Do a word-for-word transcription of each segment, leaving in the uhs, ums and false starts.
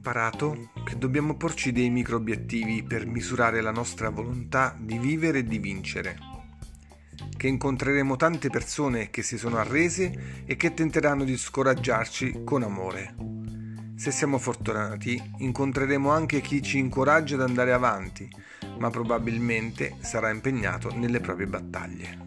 imparato che dobbiamo porci dei micro obiettivi per misurare la nostra volontà di vivere e di vincere, che incontreremo tante persone che si sono arrese e che tenteranno di scoraggiarci con amore. Se siamo fortunati, incontreremo anche chi ci incoraggia ad andare avanti, ma probabilmente sarà impegnato nelle proprie battaglie.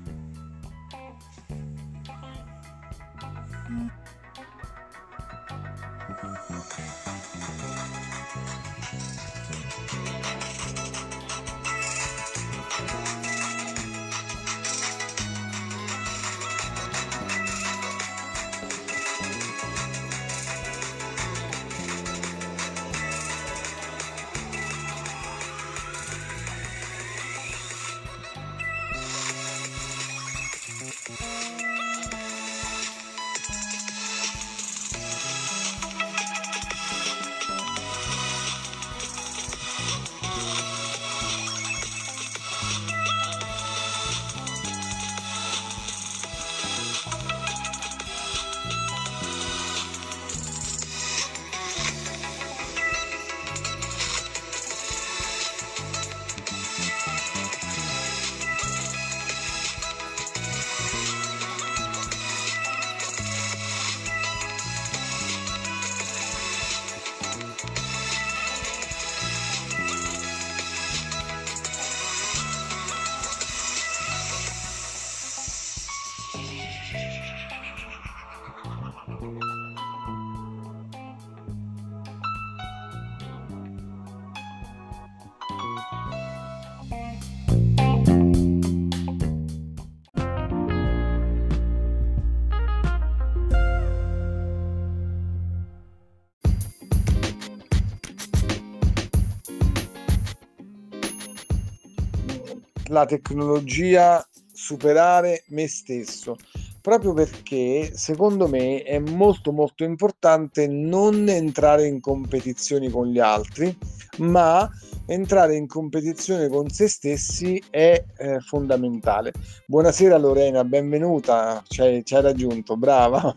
La tecnologia, superare me stesso, proprio perché secondo me è molto molto importante non entrare in competizioni con gli altri, ma entrare in competizione con se stessi è eh, fondamentale. Buonasera Lorena, benvenuta, ci hai, ci hai raggiunto, brava.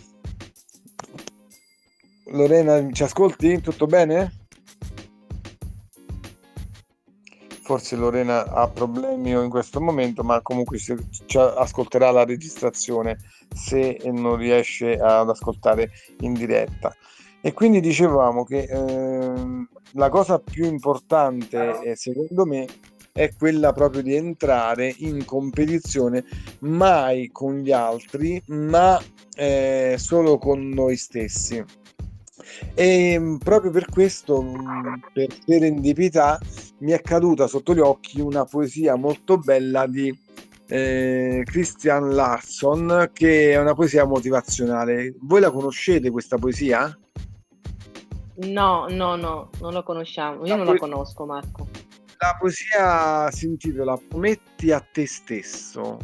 Lorena, ci ascolti? Tutto bene? Forse Lorena ha problemi in questo momento, ma comunque si, ci ascolterà la registrazione se non riesce ad ascoltare in diretta. E quindi dicevamo che eh, la cosa più importante, eh, secondo me, è quella proprio di entrare in competizione mai con gli altri, ma eh, solo con noi stessi. E mh, proprio per questo, mh, per serendipità, mi è caduta sotto gli occhi una poesia molto bella di eh, Christian Larsson, che è una poesia motivazionale. Voi la conoscete questa poesia? No, no, no, non lo conosciamo. Io La, non la poe- conosco, Marco. la poesia si intitola Prometti a te stesso.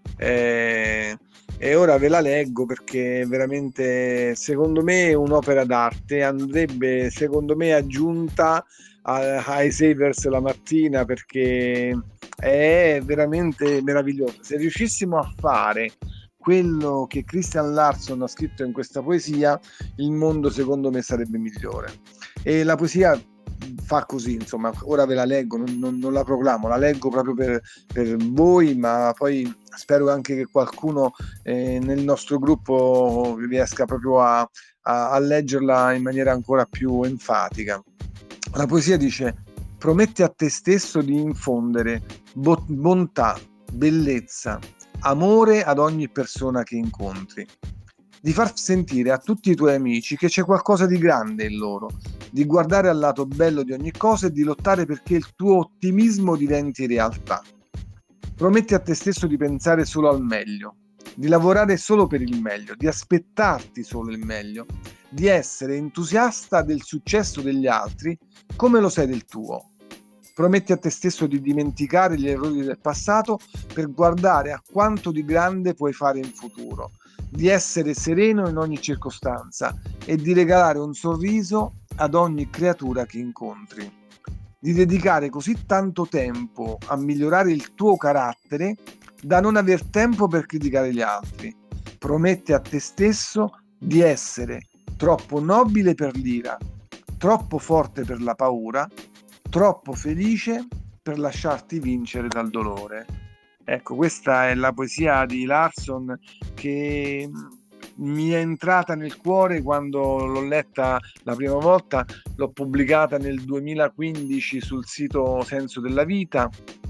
Eh, e ora ve la leggo perché veramente, secondo me, è un'opera d'arte. Andrebbe, secondo me, aggiunta a- ai Savers la mattina perché è veramente meravigliosa. Se riuscissimo a fare quello che Christian Larsson ha scritto in questa poesia, il mondo secondo me sarebbe migliore. E la poesia fa così, insomma, ora ve la leggo, non, non, non la proclamo, la leggo proprio per, per voi, ma poi spero anche che qualcuno eh, nel nostro gruppo riesca proprio a, a, a leggerla in maniera ancora più enfatica. La poesia dice: prometti a te stesso di infondere bo- bontà, bellezza, amore ad ogni persona che incontri, di far sentire a tutti i tuoi amici che c'è qualcosa di grande in loro, di guardare al lato bello di ogni cosa e di lottare perché il tuo ottimismo diventi realtà. Prometti a te stesso di pensare solo al meglio, di lavorare solo per il meglio, di aspettarti solo il meglio, di essere entusiasta del successo degli altri come lo sei del tuo. Prometti a te stesso di dimenticare gli errori del passato per guardare a quanto di grande puoi fare in futuro, di essere sereno in ogni circostanza e di regalare un sorriso ad ogni creatura che incontri, di dedicare così tanto tempo a migliorare il tuo carattere da non aver tempo per criticare gli altri. Prometti a te stesso di essere troppo nobile per l'ira, troppo forte per la paura, troppo felice per lasciarti vincere dal dolore. Ecco, questa è la poesia di Larsson che mi è entrata nel cuore quando l'ho letta la prima volta. L'ho pubblicata nel duemilaquindici sul sito Senso della Vita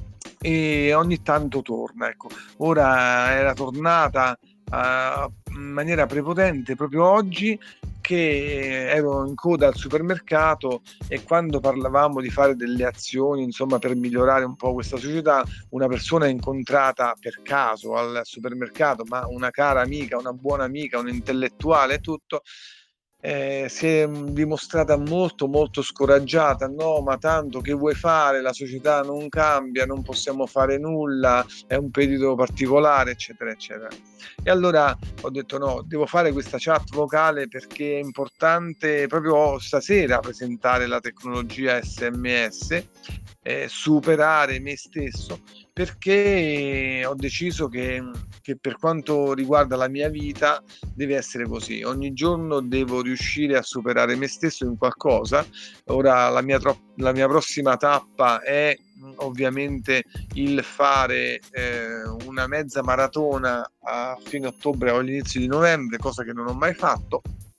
e ogni tanto torna. Ecco, ora era tornata uh, in maniera prepotente proprio oggi, che ero in coda al supermercato e quando parlavamo di fare delle azioni, insomma, per migliorare un po' questa società, una persona incontrata per caso al supermercato, ma una cara amica, una buona amica, un intellettuale e tutto, eh, si è dimostrata molto molto scoraggiata. No, ma tanto che vuoi fare, la società non cambia, non possiamo fare nulla, è un periodo particolare, eccetera eccetera. E allora ho detto no, devo fare questa chat vocale perché è importante proprio stasera presentare la tecnologia S M S, eh, superare me stesso, perché ho deciso che, che per quanto riguarda la mia vita deve essere così. Ogni giorno devo riuscire a superare me stesso in qualcosa. Ora la mia, tro- la mia prossima tappa è ovviamente il fare eh, una mezza maratona a fine ottobre o all'inizio di novembre, cosa che non ho mai fatto,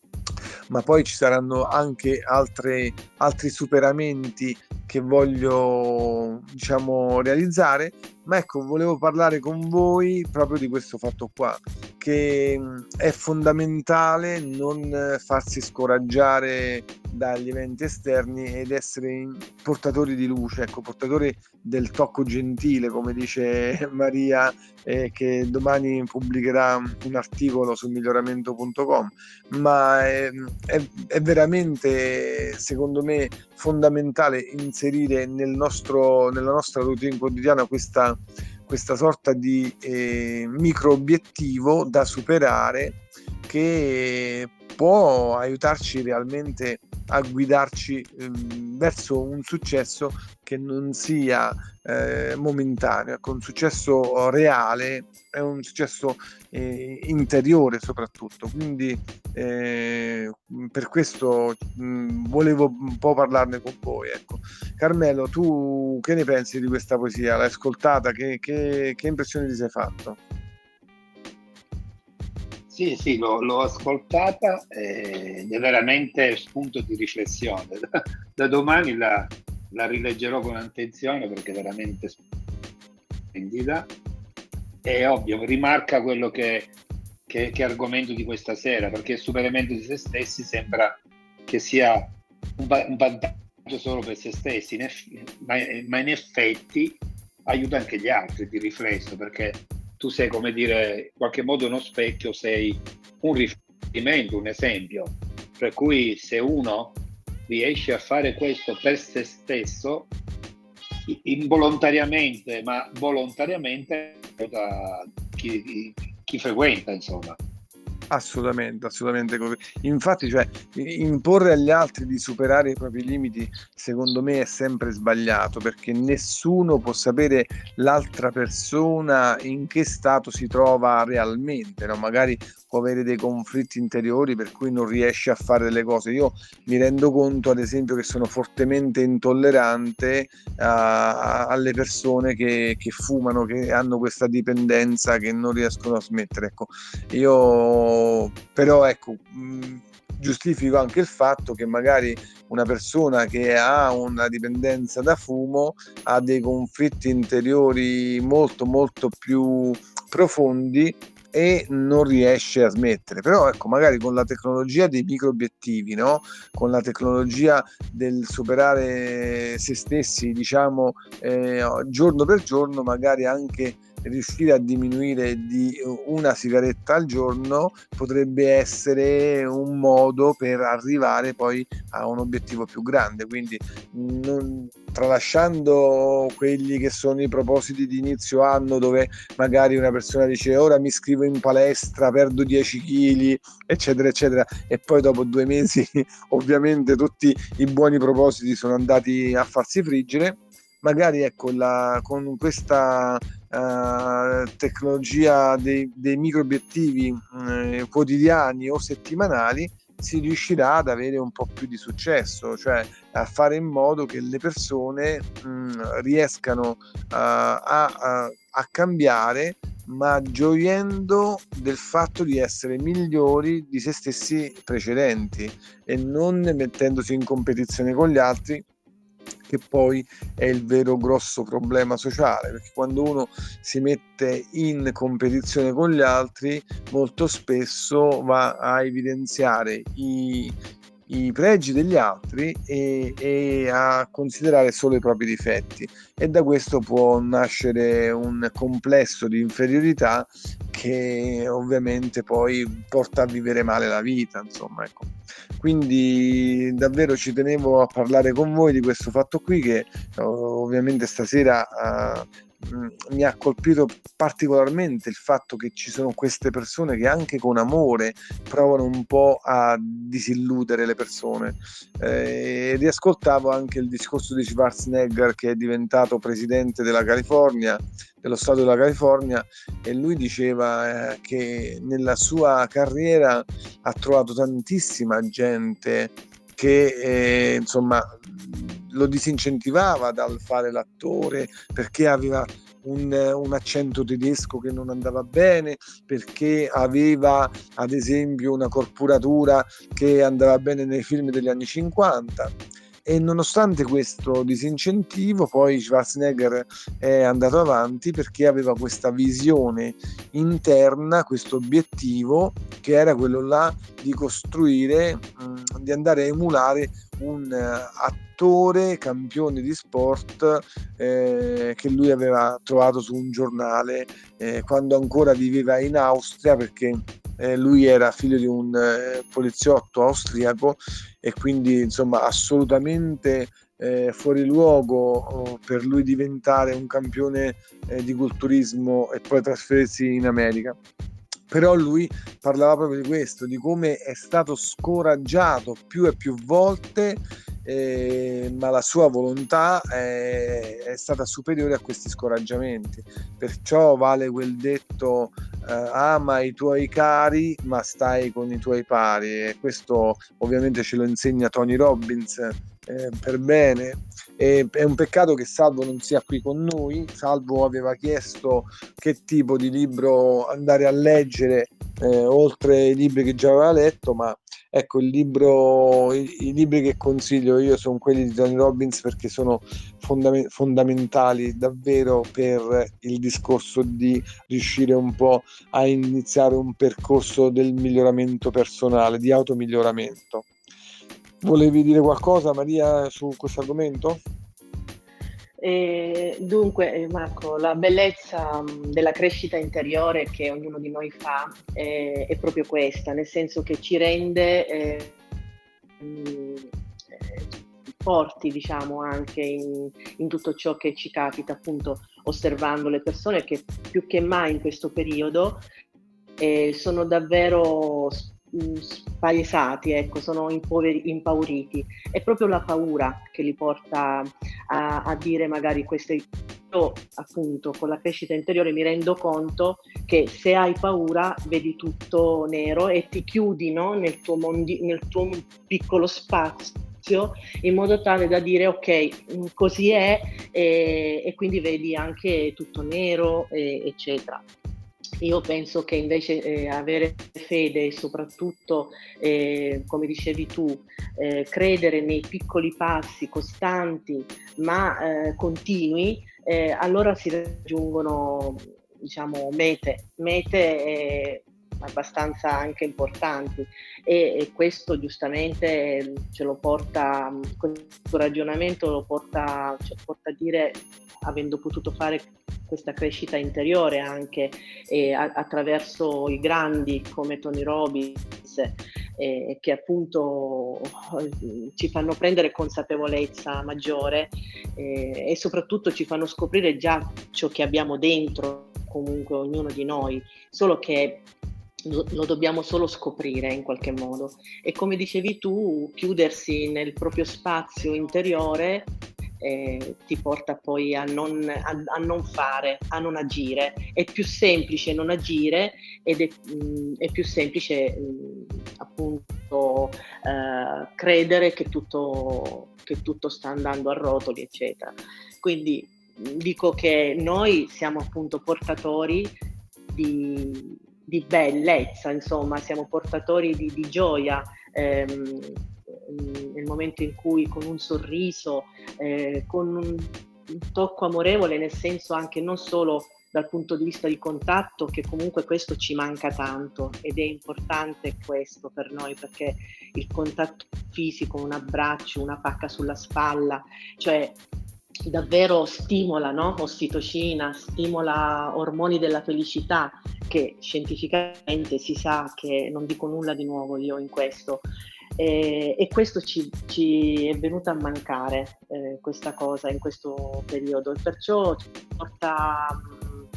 ma poi ci saranno anche altre, altri superamenti che voglio, diciamo, realizzare. Ma ecco, volevo parlare con voi proprio di questo fatto qua, che è fondamentale non farsi scoraggiare dagli eventi esterni ed essere portatori di luce, ecco, portatori del tocco gentile, come dice Maria, eh, che domani pubblicherà un articolo su miglioramento punto com. Ma è, è, è veramente, secondo me, fondamentale inserire nel nostro, nella nostra routine quotidiana questa questa sorta di eh, micro obiettivo da superare, che può aiutarci realmente a guidarci eh, verso un successo che non sia eh, momentaneo, ecco, un successo reale, è un successo eh, interiore soprattutto. Quindi eh, per questo mh, volevo un po' parlarne con voi, ecco. Carmelo, tu che ne pensi di questa poesia? L'hai ascoltata? Che, che, che impressione ti sei fatto? Sì, sì, l'ho, l'ho ascoltata ed è veramente spunto di riflessione. Da, da domani la, la rileggerò con attenzione perché è veramente splendida. È ovvio, rimarca quello che, che, che è argomento di questa sera, perché il superamento di se stessi sembra che sia un, un vantaggio solo per se stessi, in eff- ma, ma in effetti aiuta anche gli altri di riflesso, perché tu sei, come dire, in qualche modo uno specchio, sei un riferimento, un esempio, per cui se uno riesce a fare questo per se stesso, involontariamente ma volontariamente, aiuta chi, chi frequenta, insomma. Assolutamente, assolutamente così. Infatti, cioè, imporre agli altri di superare i propri limiti, secondo me, è sempre sbagliato, perché nessuno può sapere l'altra persona in che stato si trova realmente, no? Magari può avere dei conflitti interiori per cui non riesce a fare delle cose. Io mi rendo conto, ad esempio, che sono fortemente intollerante a, alle persone che, che fumano, che hanno questa dipendenza, che non riescono a smettere. Ecco, io però ecco, mh, giustifico anche il fatto che magari una persona che ha una dipendenza da fumo ha dei conflitti interiori molto molto più profondi e non riesce a smettere. Però ecco, magari con la tecnologia dei micro obiettivi, no? Con la tecnologia del superare se stessi, diciamo, eh, giorno per giorno, magari anche riuscire a diminuire di una sigaretta al giorno potrebbe essere un modo per arrivare poi a un obiettivo più grande. Quindi non, tralasciando quelli che sono i propositi di inizio anno, dove magari una persona dice ora mi iscrivo in palestra, perdo dieci chili, eccetera eccetera, e poi dopo due mesi ovviamente tutti i buoni propositi sono andati a farsi friggere. Magari ecco, la, con questa uh, tecnologia dei, dei micro obiettivi uh, quotidiani o settimanali si riuscirà ad avere un po' più di successo, cioè a fare in modo che le persone mh, riescano a, a, a cambiare, ma gioiendo del fatto di essere migliori di se stessi precedenti e non mettendosi in competizione con gli altri, che poi è il vero grosso problema sociale, perché quando uno si mette in competizione con gli altri molto spesso va a evidenziare i, i pregi degli altri e, e a considerare solo i propri difetti, e da questo può nascere un complesso di inferiorità che ovviamente poi porta a vivere male la vita, insomma, ecco. Quindi davvero ci tenevo a parlare con voi di questo fatto qui, che ovviamente stasera uh, mi ha colpito particolarmente il fatto che ci sono queste persone che anche con amore provano un po' a disilludere le persone. Eh, riascoltavo anche il discorso di Schwarzenegger, che è diventato presidente della California, dello stato della California, e lui diceva eh, che nella sua carriera ha trovato tantissima gente che eh, insomma lo disincentivava dal fare l'attore perché aveva un, un accento tedesco che non andava bene, perché aveva ad esempio una corporatura che andava bene nei film degli anni cinquanta. E nonostante questo disincentivo, poi Schwarzenegger è andato avanti perché aveva questa visione interna, questo obiettivo che era quello là di costruire, mh, di andare a emulare un uh, attore campione di sport eh, che lui aveva trovato su un giornale eh, quando ancora viveva in Austria, perché eh, lui era figlio di un eh, poliziotto austriaco, e quindi insomma assolutamente eh, fuori luogo oh, per lui diventare un campione eh, di culturismo e poi trasferirsi in America. Però lui parlava proprio di questo, di come è stato scoraggiato più e più volte, eh, ma la sua volontà è, è stata superiore a questi scoraggiamenti. Perciò vale quel detto eh, ama i tuoi cari ma stai con i tuoi pari, e questo ovviamente ce lo insegna Tony Robbins eh, per bene. E, è un peccato che Salvo non sia qui con noi. Salvo aveva chiesto che tipo di libro andare a leggere eh, oltre ai libri che già aveva letto, ma ecco, il libro, i, i libri che consiglio io sono quelli di Tony Robbins, perché sono fondament- fondamentali davvero per il discorso di riuscire un po' a iniziare un percorso del miglioramento personale, di automiglioramento. Volevi dire qualcosa, Maria, su questo argomento? E dunque, Marco, la bellezza della crescita interiore che ognuno di noi fa è, è proprio questa, nel senso che ci rende eh, forti, diciamo, anche in, in tutto ciò che ci capita, appunto osservando le persone che più che mai in questo periodo eh, sono davvero spaesati, ecco, sono impoveri, impauriti. È proprio la paura che li porta a, a dire magari queste. Io appunto con la crescita interiore mi rendo conto che se hai paura vedi tutto nero e ti chiudi, no, nel tuo mondi, nel tuo piccolo spazio, in modo tale da dire ok, così è, e, e quindi vedi anche tutto nero, e, eccetera. Io penso che invece eh, avere fede e soprattutto, eh, come dicevi tu, eh, credere nei piccoli passi costanti ma eh, continui, eh, allora si raggiungono, diciamo, mete, mete eh, abbastanza anche importanti, e, e questo giustamente ce lo porta, questo ragionamento lo porta, cioè, porta a dire, avendo potuto fare questa crescita interiore anche eh, a, attraverso i grandi come Tony Robbins, eh, che appunto eh, ci fanno prendere consapevolezza maggiore eh, e soprattutto ci fanno scoprire già ciò che abbiamo dentro, comunque ognuno di noi, solo che lo, lo dobbiamo solo scoprire in qualche modo. E come dicevi tu, chiudersi nel proprio spazio interiore eh, ti porta poi a non, a, a non fare, a non agire. È più semplice non agire ed è, mh, è più semplice mh, appunto eh, credere che tutto, che tutto sta andando a rotoli, eccetera. Quindi dico che noi siamo appunto portatori di, di bellezza, insomma, siamo portatori di, di gioia ehm, nel momento in cui con un sorriso, eh, con un, un tocco amorevole, nel senso anche non solo dal punto di vista di contatto, che comunque questo ci manca tanto ed è importante questo per noi, perché il contatto fisico, un abbraccio, una pacca sulla spalla, cioè davvero stimola, no? Ossitocina, stimola ormoni della felicità, che scientificamente si sa che non dico nulla di nuovo io in questo. Eh, e questo ci, ci è venuto a mancare, eh, questa cosa in questo periodo, e perciò ci porta mh,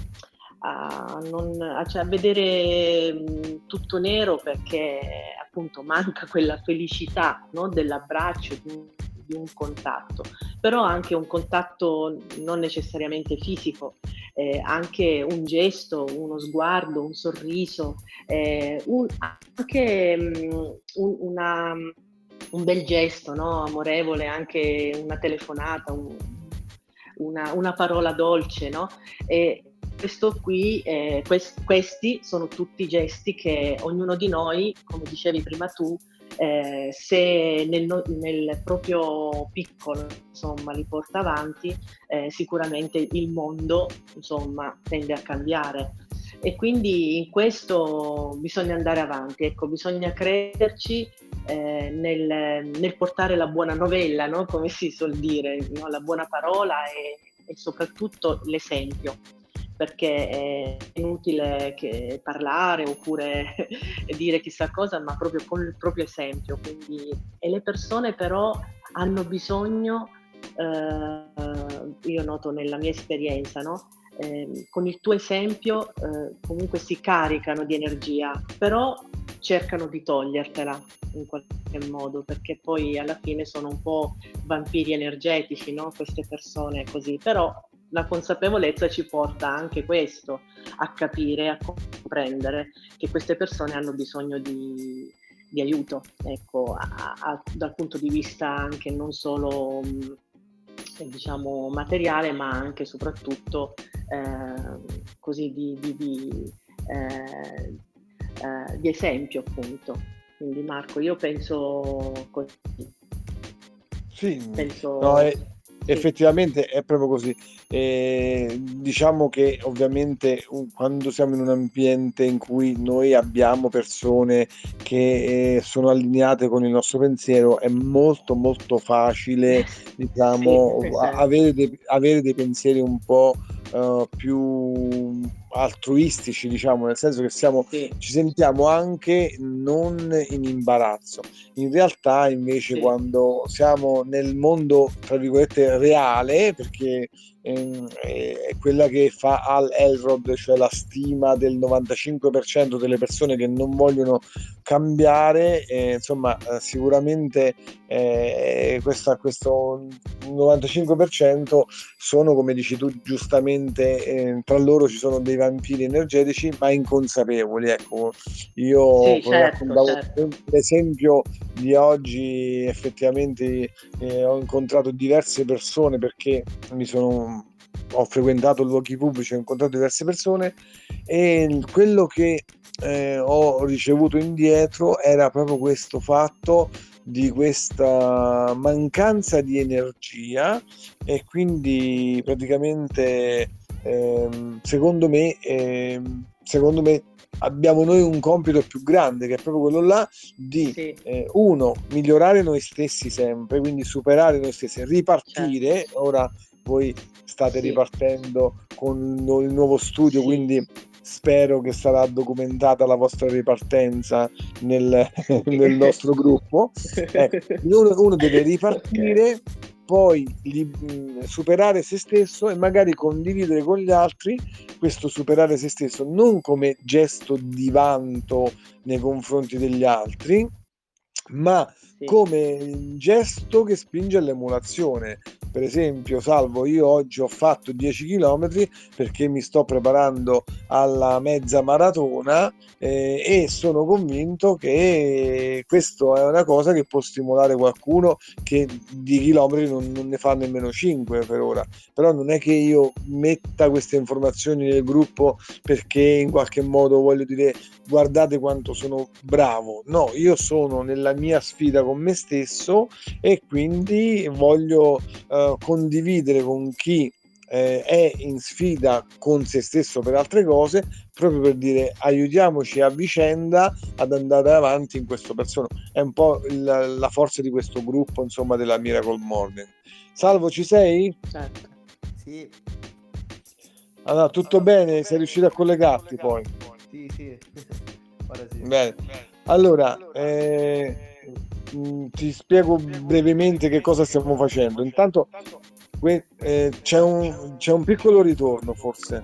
a, non, a, cioè, a vedere mh, tutto nero, perché appunto manca quella felicità, no? Dell'abbraccio, di un, di un contatto, però anche un contatto non necessariamente fisico, eh, anche un gesto, uno sguardo, un sorriso, eh, un, anche mh, un, una, un bel gesto, no? Amorevole, anche una telefonata, un, una, una parola dolce, no? E questo qui, eh, quest, questi sono tutti gesti che ognuno di noi, come dicevi prima tu, eh, se nel, nel proprio piccolo, insomma, li porta avanti, eh, sicuramente il mondo, insomma, tende a cambiare. E quindi in questo bisogna andare avanti, ecco, bisogna crederci eh, nel, nel portare la buona novella, no? Come si suol dire, no? La buona parola e, e soprattutto l'esempio, perché è inutile che parlare oppure dire chissà cosa, ma proprio con il proprio esempio. Quindi, e le persone però hanno bisogno, eh, io noto nella mia esperienza, no? Eh, con il tuo esempio eh, comunque si caricano di energia, però cercano di togliertela in qualche modo, perché poi alla fine sono un po' vampiri energetici, no? Queste persone così, però la consapevolezza ci porta anche questo, a capire, a comprendere che queste persone hanno bisogno di, di aiuto, ecco, a, a, dal punto di vista anche non solo mh, diciamo materiale, ma anche soprattutto eh, così di, di, di, eh, eh, di esempio, appunto. Quindi Marco, io penso così. Sì, Penso, no, è, sì. effettivamente è proprio così. E diciamo che ovviamente un- quando siamo in un ambiente in cui noi abbiamo persone che eh, sono allineate con il nostro pensiero, è molto molto facile, diciamo, Sì, a- esatto. avere dei, avere dei pensieri un po' eh, più altruistici, diciamo, nel senso che siamo, Sì, ci sentiamo anche non in imbarazzo. In realtà, invece, sì, quando siamo nel mondo, tra virgolette, reale, perché ehm, è quella che fa Al Elrod, cioè la stima del novantacinque per cento delle persone che non vogliono cambiare, eh, insomma, eh, sicuramente eh, questa, questo novantacinque per cento sono, come dici tu giustamente, eh, tra loro ci sono dei vampiri energetici, ma inconsapevoli. Ecco, io sì, come certo, raccontavo certo. l'esempio di oggi, effettivamente eh, ho incontrato diverse persone perché mi sono ho frequentato luoghi pubblici, ho incontrato diverse persone e quello che eh, ho ricevuto indietro era proprio questo fatto di questa mancanza di energia e quindi praticamente ehm, secondo me ehm, secondo me abbiamo noi un compito più grande che è proprio quello là di Sì, eh, uno, migliorare noi stessi sempre, quindi superare noi stessi, ripartire. certo. Ora voi state Sì, ripartendo con il nuovo studio, sì, quindi spero che sarà documentata la vostra ripartenza nel, sì. nel nostro gruppo. Ecco, uno, uno deve Ok, ripartire, poi li, mh, superare se stesso e magari condividere con gli altri questo superare se stesso, non come gesto di vanto nei confronti degli altri, ma sì, come gesto che spinge all'emulazione, Per esempio, Salvo, io oggi ho fatto dieci chilometri perché mi sto preparando alla mezza maratona eh, e sono convinto che questo è una cosa che può stimolare qualcuno che di chilometri non, non ne fa nemmeno cinque per ora. Però non è che io metta queste informazioni nel gruppo perché in qualche modo voglio dire guardate quanto sono bravo. No, io sono nella mia sfida con me stesso e quindi voglio eh, condividere con chi eh, è in sfida con se stesso per altre cose, proprio per dire aiutiamoci a vicenda ad andare avanti in questo percorso. È un po' il, la forza di questo gruppo, insomma, della Miracle Morning. Salvo, ci sei? Certo. Sì. Allora, tutto allora, bene? Sei riuscito a collegarti poi? Sì, sì. Ora sì. Bene. Allora, eh, mh, ti spiego brevemente che cosa stiamo facendo. Intanto que- eh, c'è, un, c'è un piccolo ritorno, forse.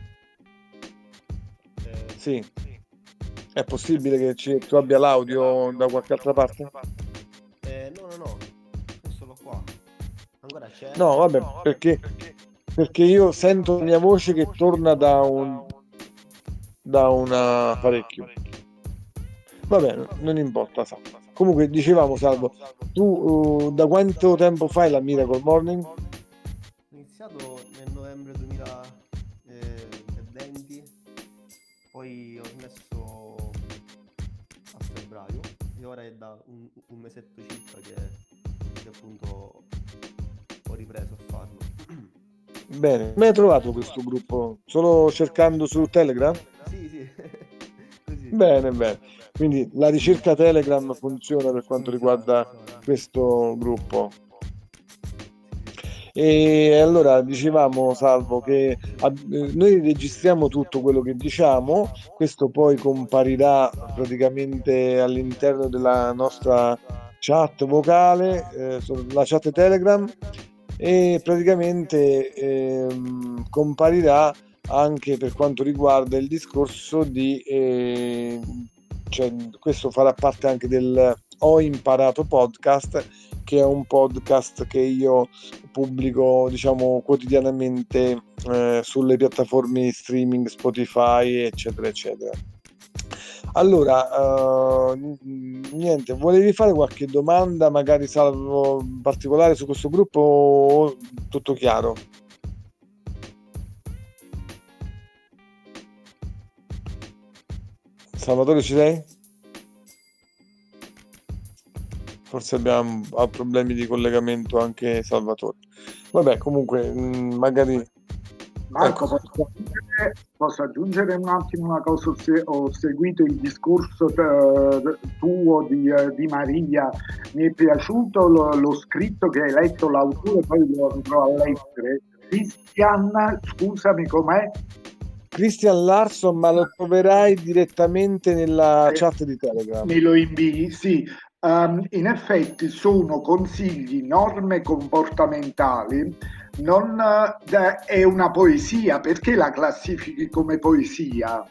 Sì. È possibile che ci, tu abbia l'audio da qualche altra parte? Eh, no, no, no. È solo qua. Ancora c'è? No, vabbè, perché, perché io sento la mia voce che torna da un da un apparecchio. Va bene, non importa. Salvo. Comunque dicevamo, Salvo, tu uh, da quanto tempo fai la Miracle Morning? Ho iniziato nel novembre duemilaventi, poi ho smesso a febbraio e ora è da un, un mesetto circa che, che appunto ho ripreso a farlo. Bene, come hai trovato questo gruppo? Solo cercando su Telegram? Sì, sì. Così. Bene, bene. Quindi la ricerca Telegram funziona per quanto riguarda questo gruppo. E allora dicevamo, Salvo, che eh, noi registriamo tutto quello che diciamo, questo poi comparirà praticamente all'interno della nostra chat vocale, eh, la chat Telegram, e praticamente ehm, comparirà anche per quanto riguarda il discorso di eh, cioè, questo farà parte anche del Ho Imparato Podcast, che è un podcast che io pubblico diciamo quotidianamente eh, sulle piattaforme di streaming Spotify eccetera eccetera. Allora uh, niente, volevi fare qualche domanda magari, Salvo, in particolare su questo gruppo o tutto chiaro? Salvatore, ci sei? Forse abbiamo ha problemi di collegamento anche Salvatore. Vabbè, comunque mh, magari Marco, ecco. posso, aggiungere, posso aggiungere un attimo una cosa? Se ho seguito il discorso uh, tuo di, uh, di Maria, mi è piaciuto lo, lo scritto che hai letto, l'autore, poi lo andrò a leggere. Christian, scusami, com'è? Christian Larson, ma lo troverai direttamente nella eh, chat di Telegram. Me lo invii, sì. Um, in effetti sono consigli, norme comportamentali, non uh, è una poesia. Perché la classifichi come poesia?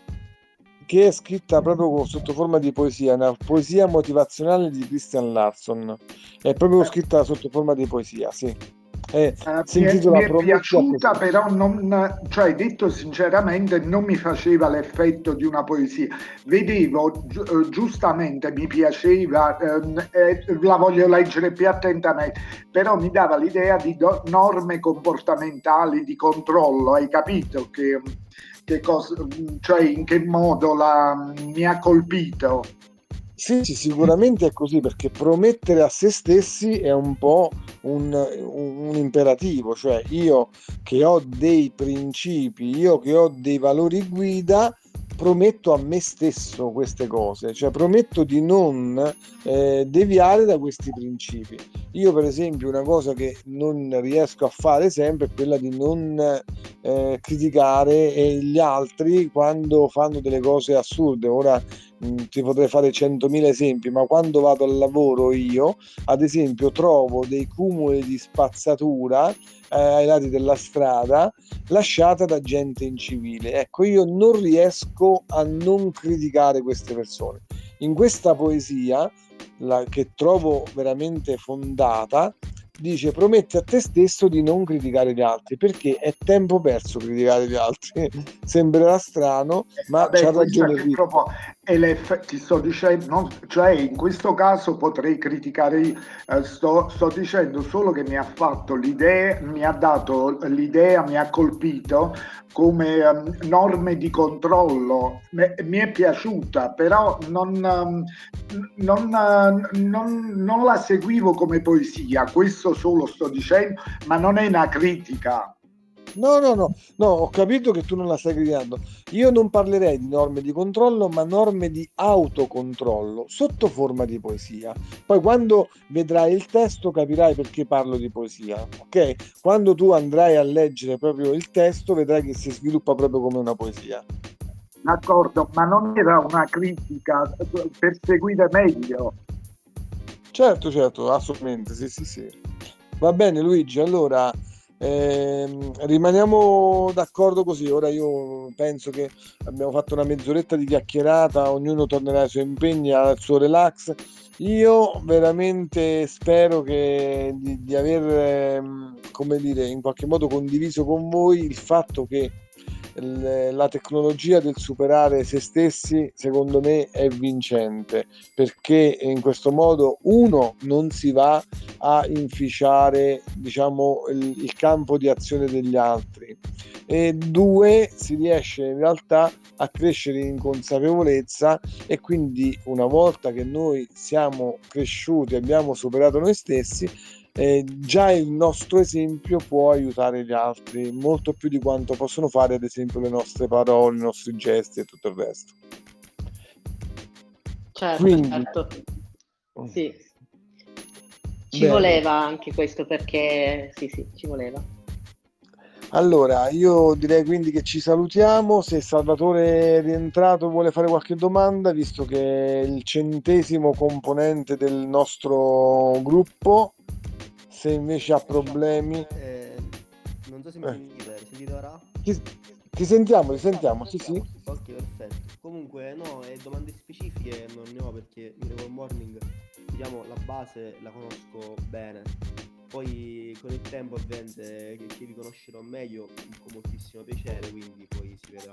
Che è scritta proprio sotto forma di poesia, una poesia motivazionale di Christian Larson. È proprio scritta sotto forma di poesia, sì. Eh, uh, mi è, mi è piaciuta, però non, cioè, detto sinceramente non mi faceva l'effetto di una poesia. Vedevo gi- giustamente, mi piaceva, ehm, eh, la voglio leggere più attentamente, però mi dava l'idea di do- norme comportamentali di controllo. Hai capito che, che cosa, cioè in che modo la, mi ha colpito? Sì, sì, sicuramente è così, perché promettere a se stessi è un po' un, un, un imperativo, cioè io che ho dei principi, io che ho dei valori guida, prometto a me stesso queste cose, cioè prometto di non eh, deviare da questi principi. Io per esempio una cosa che non riesco a fare sempre è quella di non eh, criticare eh, gli altri quando fanno delle cose assurde. Ora mh, ti potrei fare centomila esempi, ma quando vado al lavoro io, ad esempio, trovo dei cumuli di spazzatura eh, ai lati della strada lasciata da gente incivile. Ecco, io non riesco a non criticare queste persone. In questa poesia, la, che trovo veramente fondata, dice prometti a te stesso di non criticare gli altri, perché è tempo perso criticare gli altri. Sembrerà strano, ma Vabbè, c'ha ragione che qui. proprio è l'eff- ti sto dicendo, non- cioè in questo caso potrei criticare, io, eh, sto, sto dicendo solo che mi ha fatto l'idea, mi ha dato l'idea, mi ha colpito come ehm, norme di controllo, Me- mi è piaciuta, però non, ehm, non, eh, non- non la seguivo come poesia, questo solo sto dicendo, ma non è una critica. No, no, no, no, ho capito che tu non la stai criticando. Io non parlerei di norme di controllo, ma norme di autocontrollo sotto forma di poesia. Poi quando vedrai il testo capirai perché parlo di poesia, ok? Quando tu andrai a leggere proprio il testo vedrai che si sviluppa proprio come una poesia. D'accordo, ma non era una critica per seguire meglio. Certo, certo, assolutamente, sì, sì, sì. Va bene Luigi, allora ehm, rimaniamo d'accordo così. Ora io penso che abbiamo fatto una mezz'oretta di chiacchierata, ognuno tornerà ai suoi impegni, al suo relax. Io veramente spero che di, di aver, ehm, come dire, in qualche modo condiviso con voi il fatto che l- la tecnologia del superare se stessi, secondo me, è vincente, perché in questo modo, uno, non si va a inficiare, diciamo, il, il campo di azione degli altri, e due, si riesce in realtà a crescere in consapevolezza, e quindi una volta che noi siamo cresciuti, abbiamo superato noi stessi, eh, già il nostro esempio può aiutare gli altri molto più di quanto possono fare ad esempio le nostre parole, i nostri gesti e tutto il resto. Certo, Quindi, certo. Sì. Ci bene. voleva anche questo, perché sì, sì, ci voleva. Allora, io direi quindi che ci salutiamo. Se Salvatore è rientrato vuole fare qualche domanda, visto che è il centesimo componente del nostro gruppo, se invece ha problemi. Eh, non so se mi Eh. sentite, sentite ora? Ti, ti sentiamo, ti sentiamo, sì sì. Ok, perfetto. Comunque, no, e domande specifiche non ne ho, perché Miracle Morning, diciamo, la base la conosco bene. Poi con il tempo ovviamente che, che vi conoscerò meglio con moltissimo piacere, quindi poi si vedrà.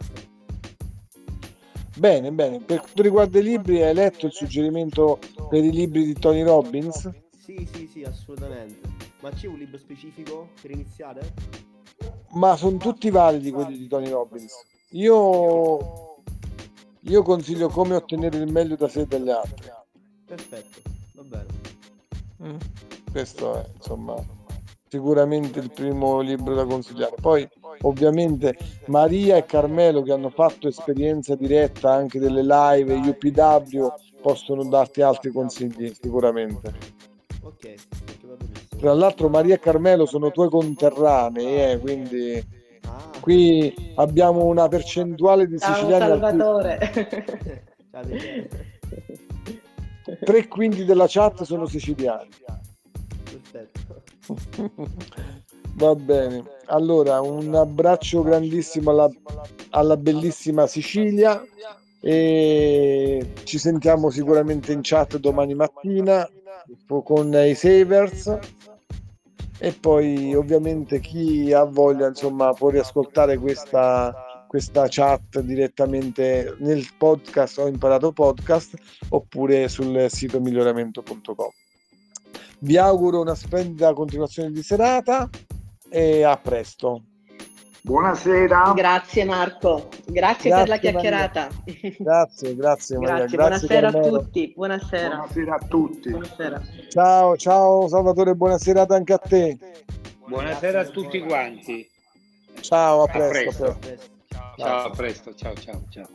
Bene, bene. Per quanto riguarda i libri, hai letto il suggerimento per i libri di Tony Robbins? Sì, sì, sì, assolutamente. Ma c'è un libro specifico per iniziare? Ma sono tutti validi quelli di Tony Robbins. Io, io consiglio Come ottenere il meglio da sé e dagli altri. Perfetto, va bene. Mm. Questo è, insomma, sicuramente il primo libro da consigliare. Poi, ovviamente, Maria e Carmelo, che hanno fatto esperienza diretta anche delle live e U P W, possono darti altri consigli, sicuramente. Ok, ok, va benissimo. Tra l'altro Maria e Carmelo sono tuoi conterranei, eh, quindi Ah. qui abbiamo una percentuale di Ciao siciliani Salvatore. Ciao, piacere. tre quinti della chat sono siciliani. Perfetto. Va bene, allora un abbraccio grandissimo alla, alla bellissima Sicilia, e ci sentiamo sicuramente in chat domani mattina con i Savers, e poi ovviamente chi ha voglia, insomma, può riascoltare questa, questa chat direttamente nel podcast Ho Imparato Podcast, oppure sul sito miglioramento punto com. Vi auguro una splendida continuazione di serata e a presto. Buonasera. Grazie Marco, grazie, grazie per la chiacchierata. Maria. Grazie, grazie Maria. Grazie, grazie buonasera Carmelo. a tutti. Buonasera. Buonasera a tutti. Buonasera. Ciao, ciao Salvatore, buona serata anche a te. Buonasera a tutti quanti. Ciao, a A presto. A presto. presto. Ciao, a presto. Ciao, ciao, ciao.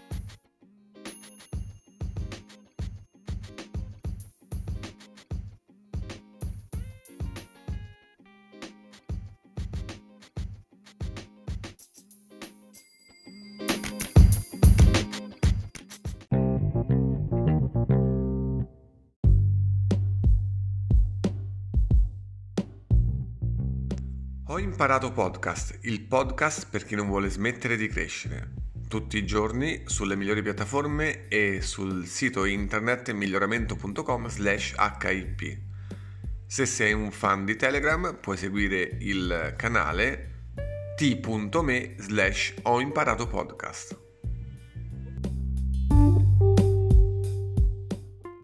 Ho imparato podcast, il podcast per chi non vuole smettere di crescere. Tutti i giorni sulle migliori piattaforme e sul sito internet miglioramento punto com slash hip. Se sei un fan di Telegram puoi seguire il canale t punto me slash ho imparato podcast.